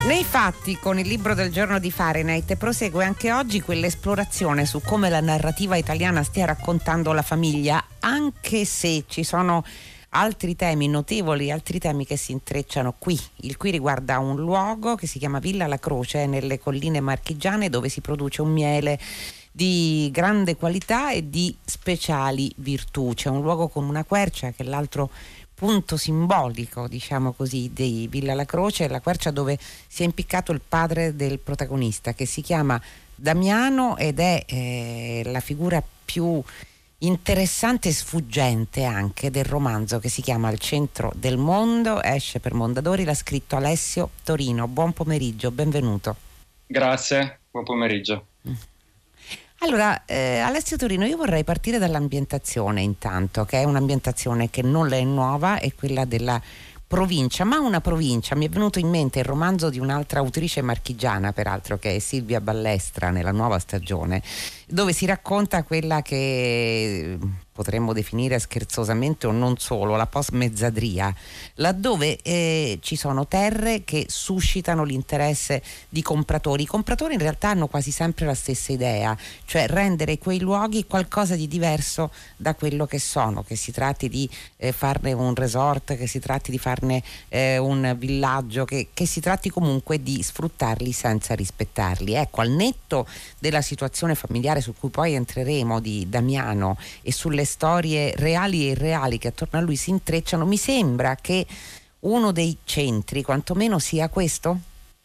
Nei fatti, con il libro del giorno di Fahrenheit prosegue anche oggi quell'esplorazione su come la narrativa italiana stia raccontando la famiglia, anche se ci sono altri temi notevoli, altri temi che si intrecciano qui. Il qui riguarda un luogo che si chiama Villa La Croce, nelle colline marchigiane, dove si produce un miele di grande qualità e di speciali virtù. C'è un luogo con una quercia, che è l'altro punto simbolico, diciamo così, di Villa La Croce, è la quercia dove si è impiccato il padre del protagonista, che si chiama Damiano ed è la figura più interessante e sfuggente anche del romanzo, che si chiama Al centro del mondo, esce per Mondadori, l'ha scritto Alessio Torino. Buon pomeriggio, benvenuto. Grazie, buon pomeriggio. Allora, Alessio Torino, io vorrei partire dall'ambientazione intanto, che è un'ambientazione che non le è nuova, è quella della provincia, ma una provincia, mi è venuto in mente il romanzo di un'altra autrice marchigiana, peraltro, che è Silvia Ballestra, nella Nuova Stagione, dove si racconta quella che potremmo definire scherzosamente, o non solo, la post-mezzadria, laddove ci sono terre che suscitano l'interesse di compratori. I compratori in realtà hanno quasi sempre la stessa idea, cioè rendere quei luoghi qualcosa di diverso da quello che sono, che si tratti di farne un resort, che si tratti di farne un villaggio, che si tratti comunque di sfruttarli senza rispettarli. Ecco, al netto della situazione familiare su cui poi entreremo di Damiano e sulle storie reali e irreali che attorno a lui si intrecciano, mi sembra che uno dei centri quantomeno sia questo?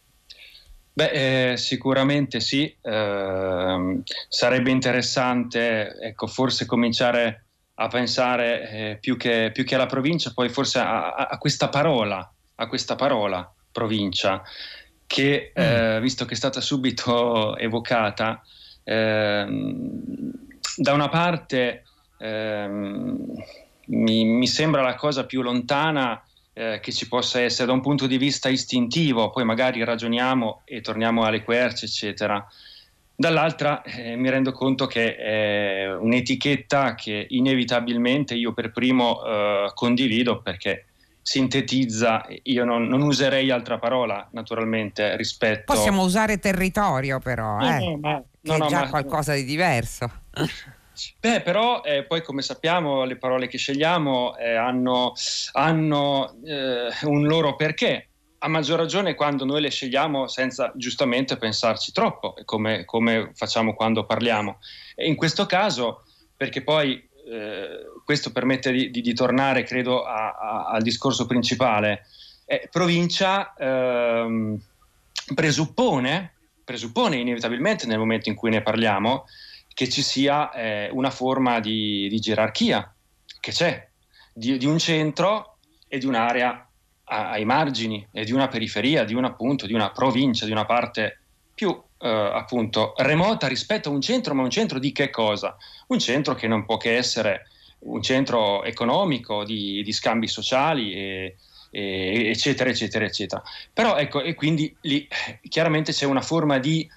Sicuramente sì. Sarebbe interessante, ecco, forse cominciare a pensare più che alla provincia, poi forse a questa parola provincia, che visto che è stata subito evocata, da una parte mi sembra la cosa più lontana che ci possa essere da un punto di vista istintivo, poi magari ragioniamo e torniamo alle querce, eccetera. Dall'altra mi rendo conto che è un'etichetta che inevitabilmente io per primo condivido, perché sintetizza, io non userei altra parola naturalmente rispetto... Possiamo usare territorio però, che è già qualcosa di diverso. Però poi, come sappiamo, le parole che scegliamo hanno un loro perché, a maggior ragione quando noi le scegliamo senza giustamente pensarci troppo, come facciamo quando parliamo. E in questo caso, perché poi questo permette di tornare, credo, al discorso principale, provincia presuppone inevitabilmente, nel momento in cui ne parliamo, che ci sia una forma di gerarchia che c'è, di un centro e di un'area ai margini, e di una periferia, di una provincia, di una parte più appunto remota rispetto a un centro, ma un centro di che cosa? Un centro che non può che essere un centro economico, di scambi sociali eccetera, eccetera, eccetera. Però ecco, e quindi lì chiaramente c'è una forma di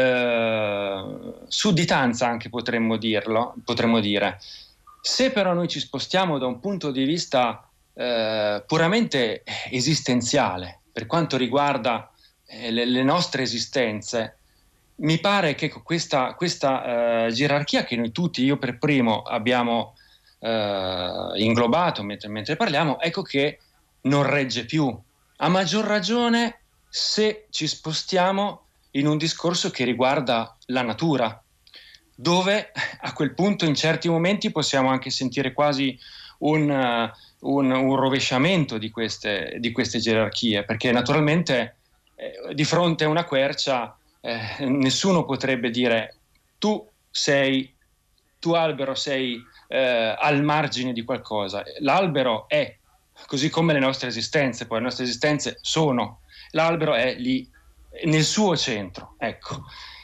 sudditanza, anche potremmo dire. Se però noi ci spostiamo da un punto di vista puramente esistenziale, per quanto riguarda le nostre esistenze, mi pare che questa gerarchia che noi tutti, io per primo, abbiamo inglobato mentre parliamo, ecco che non regge più. A maggior ragione se ci spostiamo in un discorso che riguarda la natura, dove a quel punto in certi momenti possiamo anche sentire quasi un rovesciamento di queste gerarchie, perché naturalmente di fronte a una quercia nessuno potrebbe dire tu albero sei al margine di qualcosa. L'albero è, così come le nostre esistenze, poi le nostre esistenze l'albero è lì nel suo centro, ecco.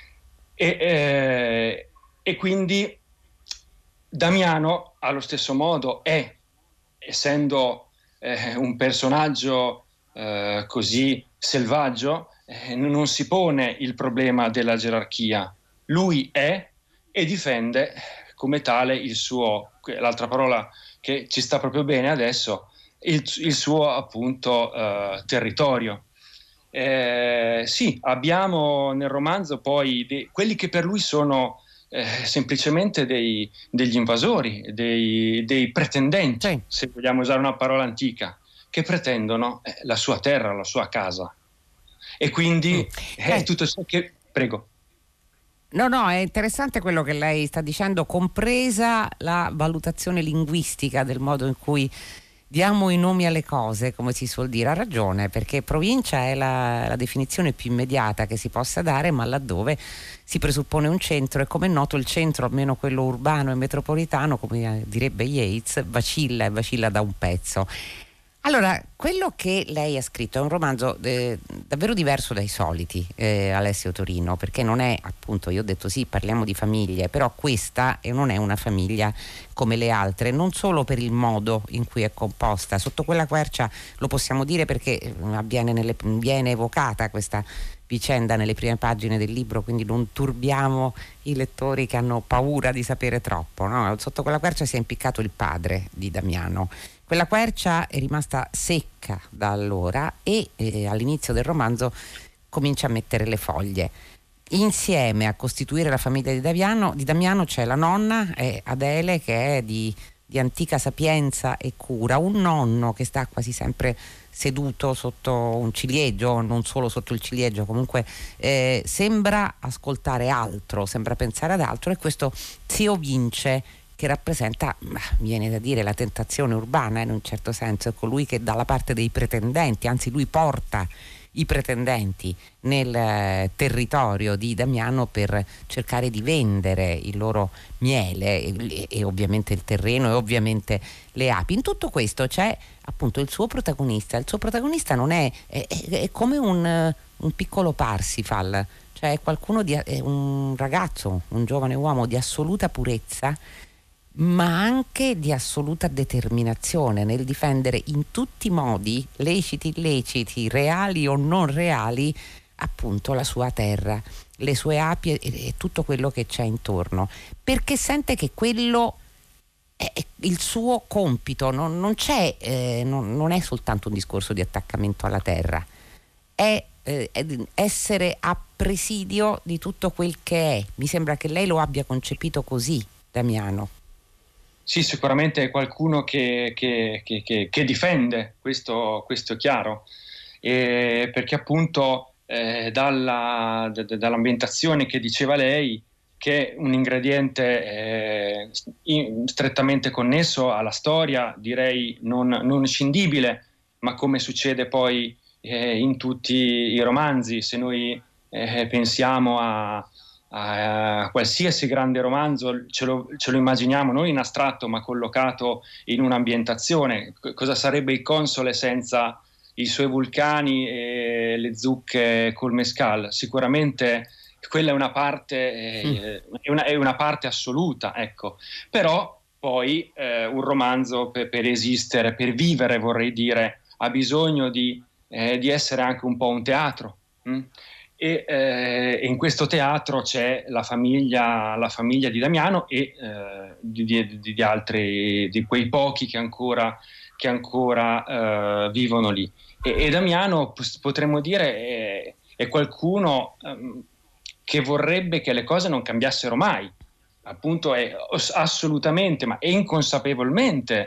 E quindi Damiano allo stesso modo essendo un personaggio così selvaggio, non si pone il problema della gerarchia. Lui è e difende come tale il suo, l'altra parola che ci sta proprio bene adesso, il suo appunto territorio. sì, abbiamo nel romanzo poi quelli che per lui sono semplicemente degli invasori, dei pretendenti, Sì. se vogliamo usare una parola antica, che pretendono la sua terra, la sua casa. E Mm. quindi è tutto ciò che... Prego. No, no, è interessante quello che lei sta dicendo, compresa la valutazione linguistica del modo in cui diamo i nomi alle cose, come si suol dire. Ha ragione, perché provincia è la definizione più immediata che si possa dare, ma laddove si presuppone un centro, e come è noto il centro, almeno quello urbano e metropolitano, come direbbe Yeats, vacilla e vacilla da un pezzo. Allora, quello che lei ha scritto è un romanzo davvero diverso dai soliti, Alessio Torino, perché non è, appunto, io ho detto sì, parliamo di famiglie, però questa non è una famiglia come le altre, non solo per il modo in cui è composta. Sotto quella quercia lo possiamo dire perché viene evocata questa vicenda nelle prime pagine del libro, quindi non turbiamo i lettori che hanno paura di sapere troppo, no? Sotto quella quercia si è impiccato il padre di Damiano. Quella quercia è rimasta secca da allora e all'inizio del romanzo comincia a mettere le foglie. Insieme a costituire la famiglia di Damiano c'è la nonna, Adele, che è di antica sapienza e cura, un nonno che sta quasi sempre seduto sotto un ciliegio, non solo sotto il ciliegio, comunque sembra ascoltare altro, sembra pensare ad altro, e questo zio Vince, che rappresenta, viene da dire, la tentazione urbana in un certo senso, è colui che dalla parte dei pretendenti, anzi lui porta i pretendenti nel territorio di Damiano per cercare di vendere il loro miele e ovviamente il terreno e ovviamente le api. In tutto questo c'è appunto il suo protagonista. Il suo protagonista non è come un piccolo Parsifal, cioè è è un ragazzo, un giovane uomo di assoluta purezza, ma anche di assoluta determinazione nel difendere in tutti i modi, leciti, illeciti, reali o non reali, appunto la sua terra, le sue api e tutto quello che c'è intorno, perché sente che quello è il suo compito, non c'è, non è soltanto un discorso di attaccamento alla terra, è essere a presidio di tutto quel che è. Mi sembra che lei lo abbia concepito così, Damiano. Sì, sicuramente è qualcuno che difende, questo è chiaro, perché appunto dall'ambientazione che diceva lei, che è un ingrediente strettamente connesso alla storia, direi non scindibile, ma come succede poi in tutti i romanzi, se noi pensiamo a qualsiasi grande romanzo, ce lo immaginiamo noi in astratto, ma collocato in un'ambientazione. Cosa sarebbe il Console senza i suoi vulcani e le zucche col mescal? Sicuramente quella è una parte, è una parte assoluta, ecco. Però poi un romanzo per esistere, per vivere, vorrei dire, ha bisogno di essere anche un po' un teatro. E in questo teatro c'è la famiglia di Damiano e di altri, di quei pochi che ancora vivono lì. E Damiano, potremmo dire, è qualcuno che vorrebbe che le cose non cambiassero mai. Appunto, è assolutamente, ma è inconsapevolmente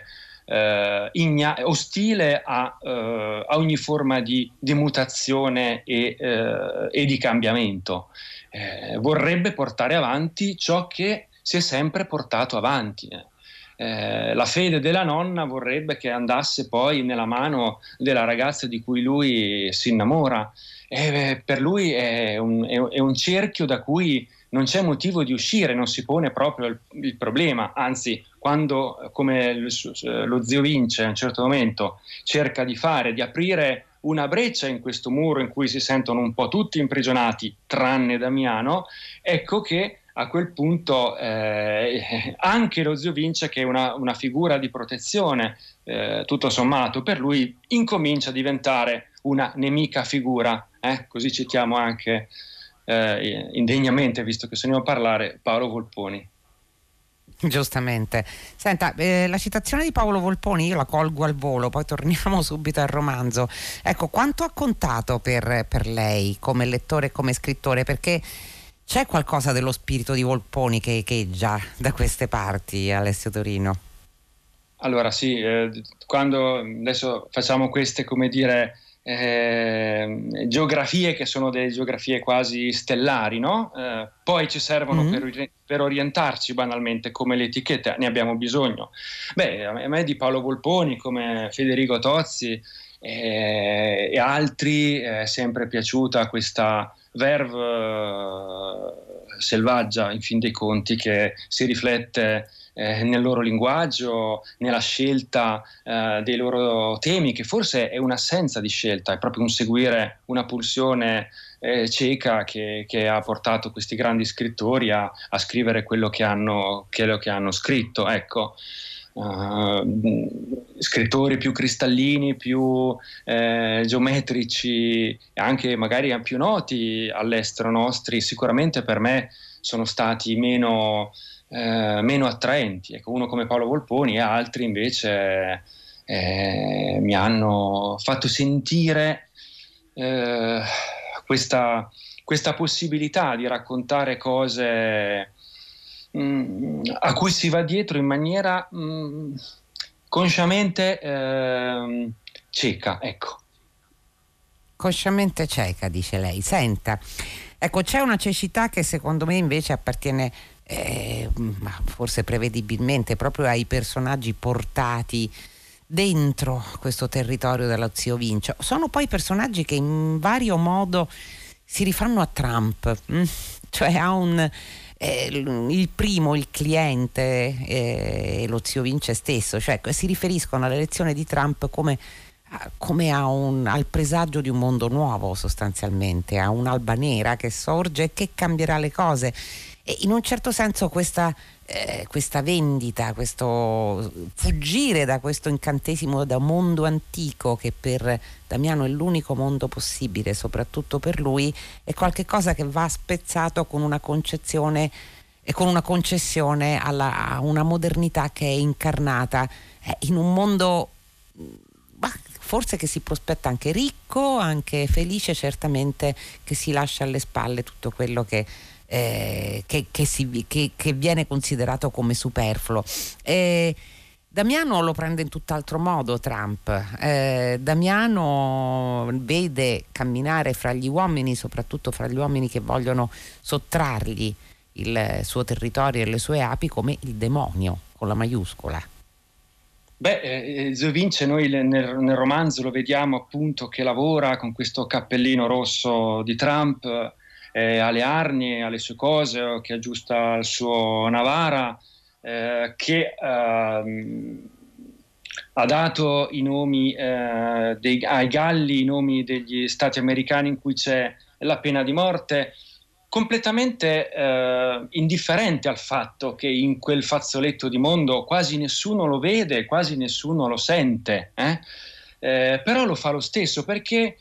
ostile a ogni forma di mutazione e di cambiamento. Vorrebbe portare avanti ciò che si è sempre portato avanti. La fede della nonna vorrebbe che andasse poi nella mano della ragazza di cui lui si innamora. Per lui è un cerchio da cui non c'è motivo di uscire, non si pone proprio il problema, anzi, quando, come lo zio Vince a un certo momento cerca di aprire una breccia in questo muro in cui si sentono un po' tutti imprigionati, tranne Damiano, ecco che a quel punto anche lo zio Vince, che è una figura di protezione, tutto sommato, per lui incomincia a diventare una nemica figura, così citiamo anche indegnamente, visto che se ne a parlare, Paolo Volponi. Giustamente. Senta, la citazione di Paolo Volponi io la colgo al volo, poi torniamo subito al romanzo. Ecco, quanto ha contato per lei come lettore e come scrittore? Perché c'è qualcosa dello spirito di Volponi che echeggia da queste parti, Alessio Torino? Allora sì, quando adesso facciamo queste, come dire, geografie che sono delle geografie quasi stellari, no? Poi ci servono per orientarci banalmente come le etichette, ne abbiamo bisogno. Beh, a me di Paolo Volponi come Federico Tozzi e altri è sempre piaciuta questa verve selvaggia, in fin dei conti, che si riflette nel loro linguaggio, nella scelta dei loro temi, che forse è un'assenza di scelta, è proprio un seguire una pulsione cieca che ha portato questi grandi scrittori a scrivere quello che hanno scritto. Ecco. Scrittori più cristallini, più geometrici, anche magari più noti all'estero nostri, sicuramente per me sono stati meno attraenti. Ecco, uno come Paolo Volponi e altri invece mi hanno fatto sentire questa possibilità di raccontare cose a cui si va dietro in maniera consciamente cieca, ecco. Consciamente cieca, dice lei. Senta, ecco, c'è una cecità che secondo me invece appartiene ma forse prevedibilmente proprio ai personaggi portati dentro questo territorio dello zio Vincio. Sono poi personaggi che in vario modo si rifanno a Trump, cioè a il primo, il cliente e lo zio Vince stesso, cioè si riferiscono all'elezione di Trump come al presagio di un mondo nuovo, sostanzialmente, a un'alba nera che sorge e che cambierà le cose. E in un certo senso questa vendita, questo fuggire da questo incantesimo, da un mondo antico che per Damiano è l'unico mondo possibile, soprattutto per lui, è qualche cosa che va spezzato con una concezione e con una concessione a una modernità che è incarnata in un mondo forse che si prospetta anche ricco, anche felice, certamente, che si lascia alle spalle tutto quello che viene considerato come superfluo. Damiano lo prende in tutt'altro modo Trump. Damiano vede camminare fra gli uomini, soprattutto fra gli uomini che vogliono sottrargli il suo territorio e le sue api, come il demonio con la maiuscola. Beh, Zio Vince noi nel romanzo lo vediamo appunto che lavora con questo cappellino rosso di Trump, alle arnie, alle sue cose, che aggiusta il suo Navara, che ha dato i nomi ai galli, i nomi degli stati americani in cui c'è la pena di morte, completamente indifferente al fatto che in quel fazzoletto di mondo quasi nessuno lo vede, quasi nessuno lo sente, però lo fa lo stesso perché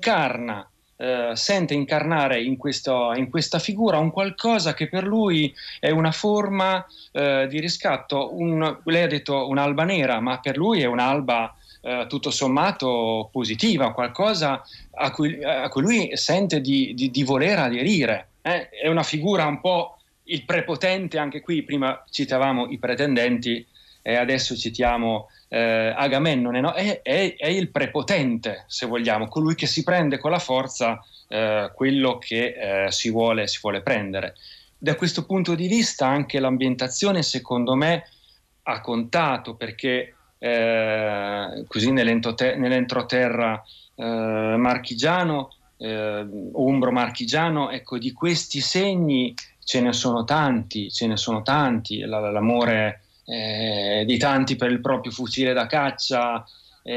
sente incarnare in questa figura un qualcosa che per lui è una forma di riscatto. Lei ha detto un'alba nera, ma per lui è un'alba tutto sommato positiva, qualcosa a cui lui sente di voler aderire. È una figura un po' il prepotente, anche qui prima citavamo i pretendenti e adesso citiamo Agamennone, no? È il prepotente, se vogliamo, colui che si prende con la forza quello che si vuole prendere. Da questo punto di vista anche l'ambientazione secondo me ha contato, perché così nell'entroterra marchigiano, umbro marchigiano, ecco, di questi segni ce ne sono tanti, l'amore di tanti per il proprio fucile da caccia,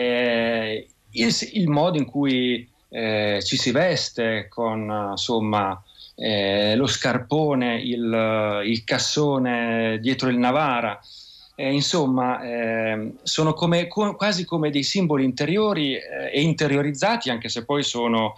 il modo in cui ci si veste con insomma lo scarpone, il cassone dietro il Navara, insomma sono quasi come dei simboli interiori e interiorizzati, anche se poi sono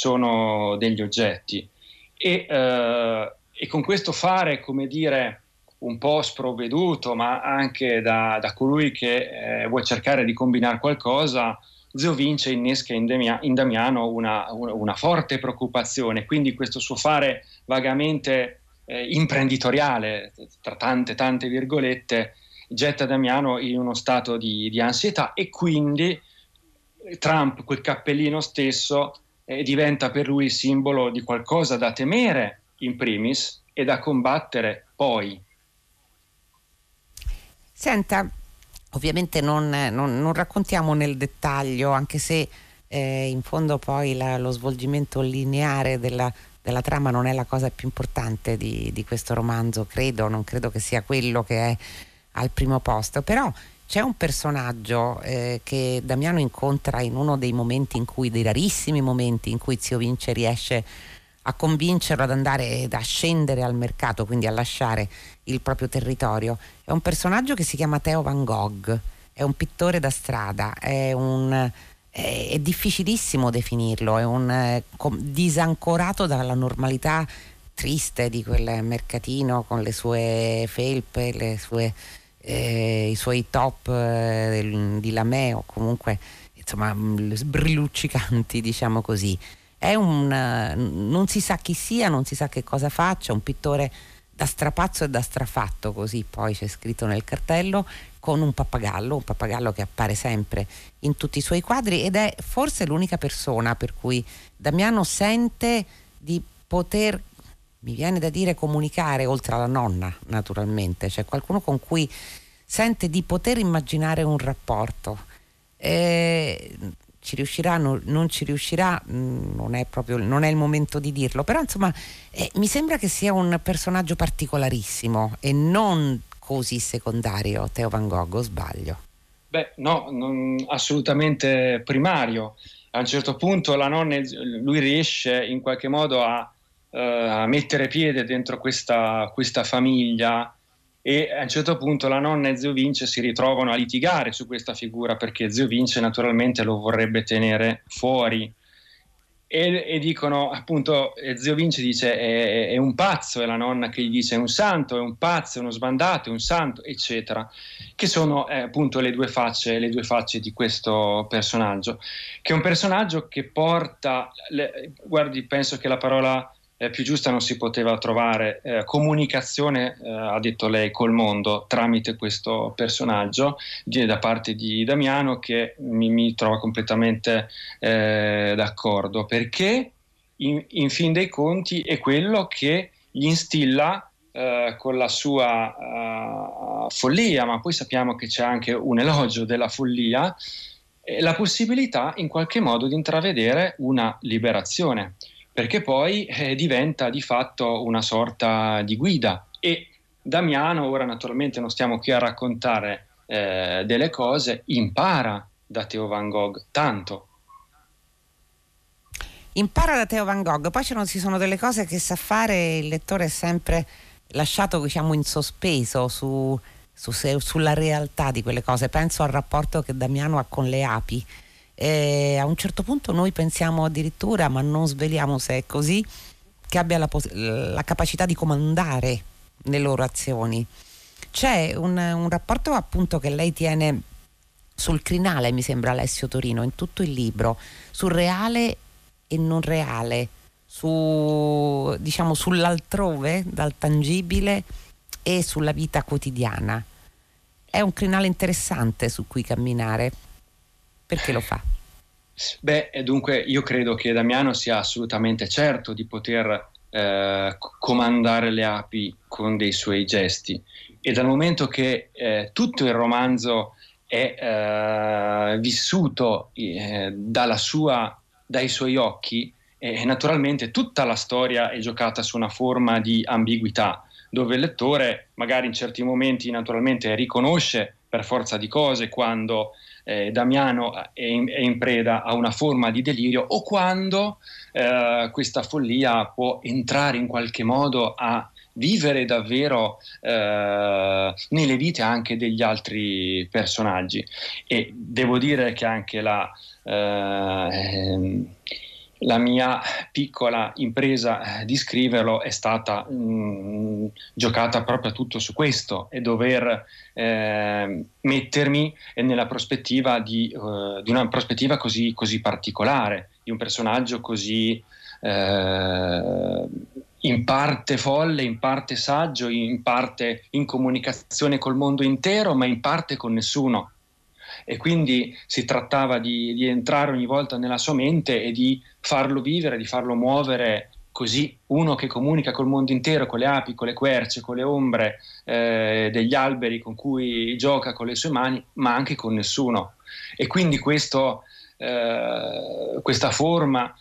degli oggetti, e con questo fare, come dire, un po' sprovveduto, ma anche da colui che vuole cercare di combinare qualcosa, Zio Vince innesca in Damiano una forte preoccupazione, quindi questo suo fare vagamente imprenditoriale, tra tante tante virgolette, getta Damiano in uno stato di ansietà, e quindi Trump, quel cappellino stesso, diventa per lui il simbolo di qualcosa da temere in primis e da combattere poi. Senta, ovviamente non raccontiamo nel dettaglio, anche se in fondo poi lo svolgimento lineare della trama non è la cosa più importante di questo romanzo, non credo che sia quello che è al primo posto, però c'è un personaggio che Damiano incontra in uno dei rarissimi momenti in cui Zio Vince riesce a convincerlo a scendere al mercato, quindi a lasciare il proprio territorio. È un personaggio che si chiama Theo Van Gogh, è un pittore da strada, è difficilissimo definirlo, è disancorato dalla normalità triste di quel mercatino con le sue felpe, i suoi top di lamè, o comunque insomma sbrilluccicanti, diciamo così. Non si sa chi sia, non si sa che cosa faccia, un pittore da strapazzo e da strafatto, così poi c'è scritto nel cartello, con un pappagallo che appare sempre in tutti i suoi quadri, ed è forse l'unica persona per cui Damiano sente di poter, mi viene da dire, comunicare, oltre alla nonna naturalmente, cioè qualcuno con cui sente di poter immaginare un rapporto. Ci riuscirà, non ci riuscirà, non è il momento di dirlo, però insomma mi sembra che sia un personaggio particolarissimo e non così secondario, Theo Van Gogh, o sbaglio? Beh, no, assolutamente primario. A un certo punto lui riesce in qualche modo a mettere piede dentro questa famiglia, e a un certo punto la nonna e Zio Vince si ritrovano a litigare su questa figura, perché Zio Vince naturalmente lo vorrebbe tenere fuori, e dicono appunto, Zio Vince dice è un pazzo, e la nonna che gli dice è un santo, è un pazzo, è uno sbandato, è un santo, eccetera, che sono appunto le due facce di questo personaggio, che è un personaggio che porta, guardi, penso che la parola più giusta non si poteva trovare, comunicazione, ha detto lei, col mondo tramite questo personaggio da parte di Damiano, che mi trova completamente d'accordo, perché in fin dei conti è quello che gli instilla con la sua follia, ma poi sappiamo che c'è anche un elogio della follia, la possibilità in qualche modo di intravedere una liberazione, perché poi diventa di fatto una sorta di guida. E Damiano, ora naturalmente non stiamo qui a raccontare delle cose, impara da Theo Van Gogh tanto. Impara da Theo Van Gogh, poi ci sono delle cose che sa fare, il lettore è sempre lasciato, diciamo, in sospeso sulla realtà di quelle cose. Penso al rapporto che Damiano ha con le api. A un certo punto noi pensiamo addirittura, ma non sveliamo se è così, che abbia la capacità di comandare le loro azioni. C'è un rapporto appunto che lei tiene sul crinale, mi sembra, Alessio Torino, in tutto il libro, sul reale e non reale, diciamo sull'altrove, dal tangibile, e sulla vita quotidiana. È un crinale interessante su cui camminare. Perché lo fa? Beh, dunque io credo che Damiano sia assolutamente certo di poter comandare le api con dei suoi gesti, e dal momento che tutto il romanzo è vissuto dai suoi occhi, naturalmente tutta la storia è giocata su una forma di ambiguità, dove il lettore magari in certi momenti naturalmente riconosce per forza di cose quando Damiano è in preda a una forma di delirio, o quando questa follia può entrare in qualche modo a vivere davvero nelle vite anche degli altri personaggi. E devo dire che anche la mia piccola impresa di scriverlo è stata giocata proprio tutto su questo, e dover mettermi nella prospettiva di una prospettiva così particolare, di un personaggio così in parte folle, in parte saggio, in parte in comunicazione col mondo intero, ma in parte con nessuno. E quindi si trattava di entrare ogni volta nella sua mente e di farlo vivere, di farlo muovere così, uno che comunica col mondo intero, con le api, con le querce, con le ombre degli alberi con cui gioca con le sue mani, ma anche con nessuno. E quindi questa forma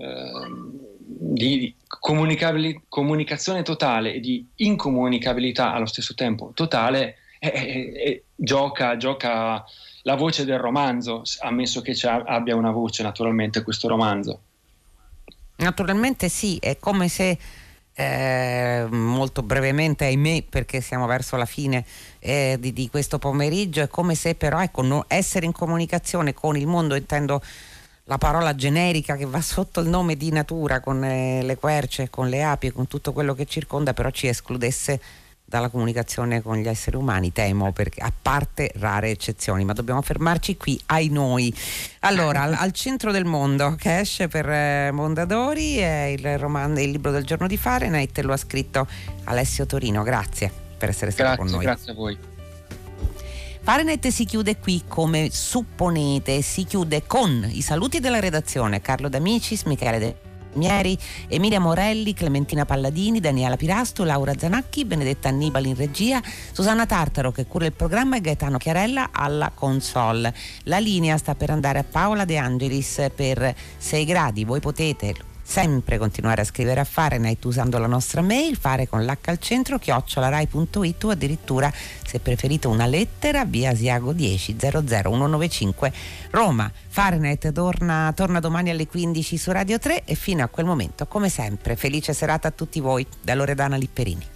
di comunicazione totale e di incomunicabilità allo stesso tempo totale gioca la voce del romanzo, ammesso che abbia una voce naturalmente questo romanzo. Naturalmente sì, è come se molto brevemente, ahimè, perché siamo verso la fine di questo pomeriggio, è come se però essere in comunicazione con il mondo, intendo la parola generica che va sotto il nome di natura, con le querce, con le api, con tutto quello che circonda, però ci escludesse dalla comunicazione con gli esseri umani, temo, perché a parte rare eccezioni, ma dobbiamo fermarci qui, ai noi. Allora, al centro del mondo, che esce per Mondadori, è il libro del giorno di Fahrenheit, lo ha scritto Alessio Torino. Grazie per essere stato con noi. Grazie a voi. Fahrenheit si chiude qui, come supponete, si chiude con i saluti della redazione: Carlo D'Amicis, Michele De Mieri, Emilia Morelli, Clementina Palladini, Daniela Pirasto, Laura Zanacchi, Benedetta Annibali in regia, Susanna Tartaro che cura il programma e Gaetano Chiarella alla console. La linea sta per andare a Paola De Angelis per 6 gradi. Voi potete sempre continuare a scrivere a Fahrenheit usando la nostra mail, fare con l'H al centro @rai.it, o addirittura, se preferite una lettera, via Asiago 10 00195 Roma. Fahrenheit torna domani alle 15 su Radio 3, e fino a quel momento, come sempre, felice serata a tutti voi da Loredana Lipperini.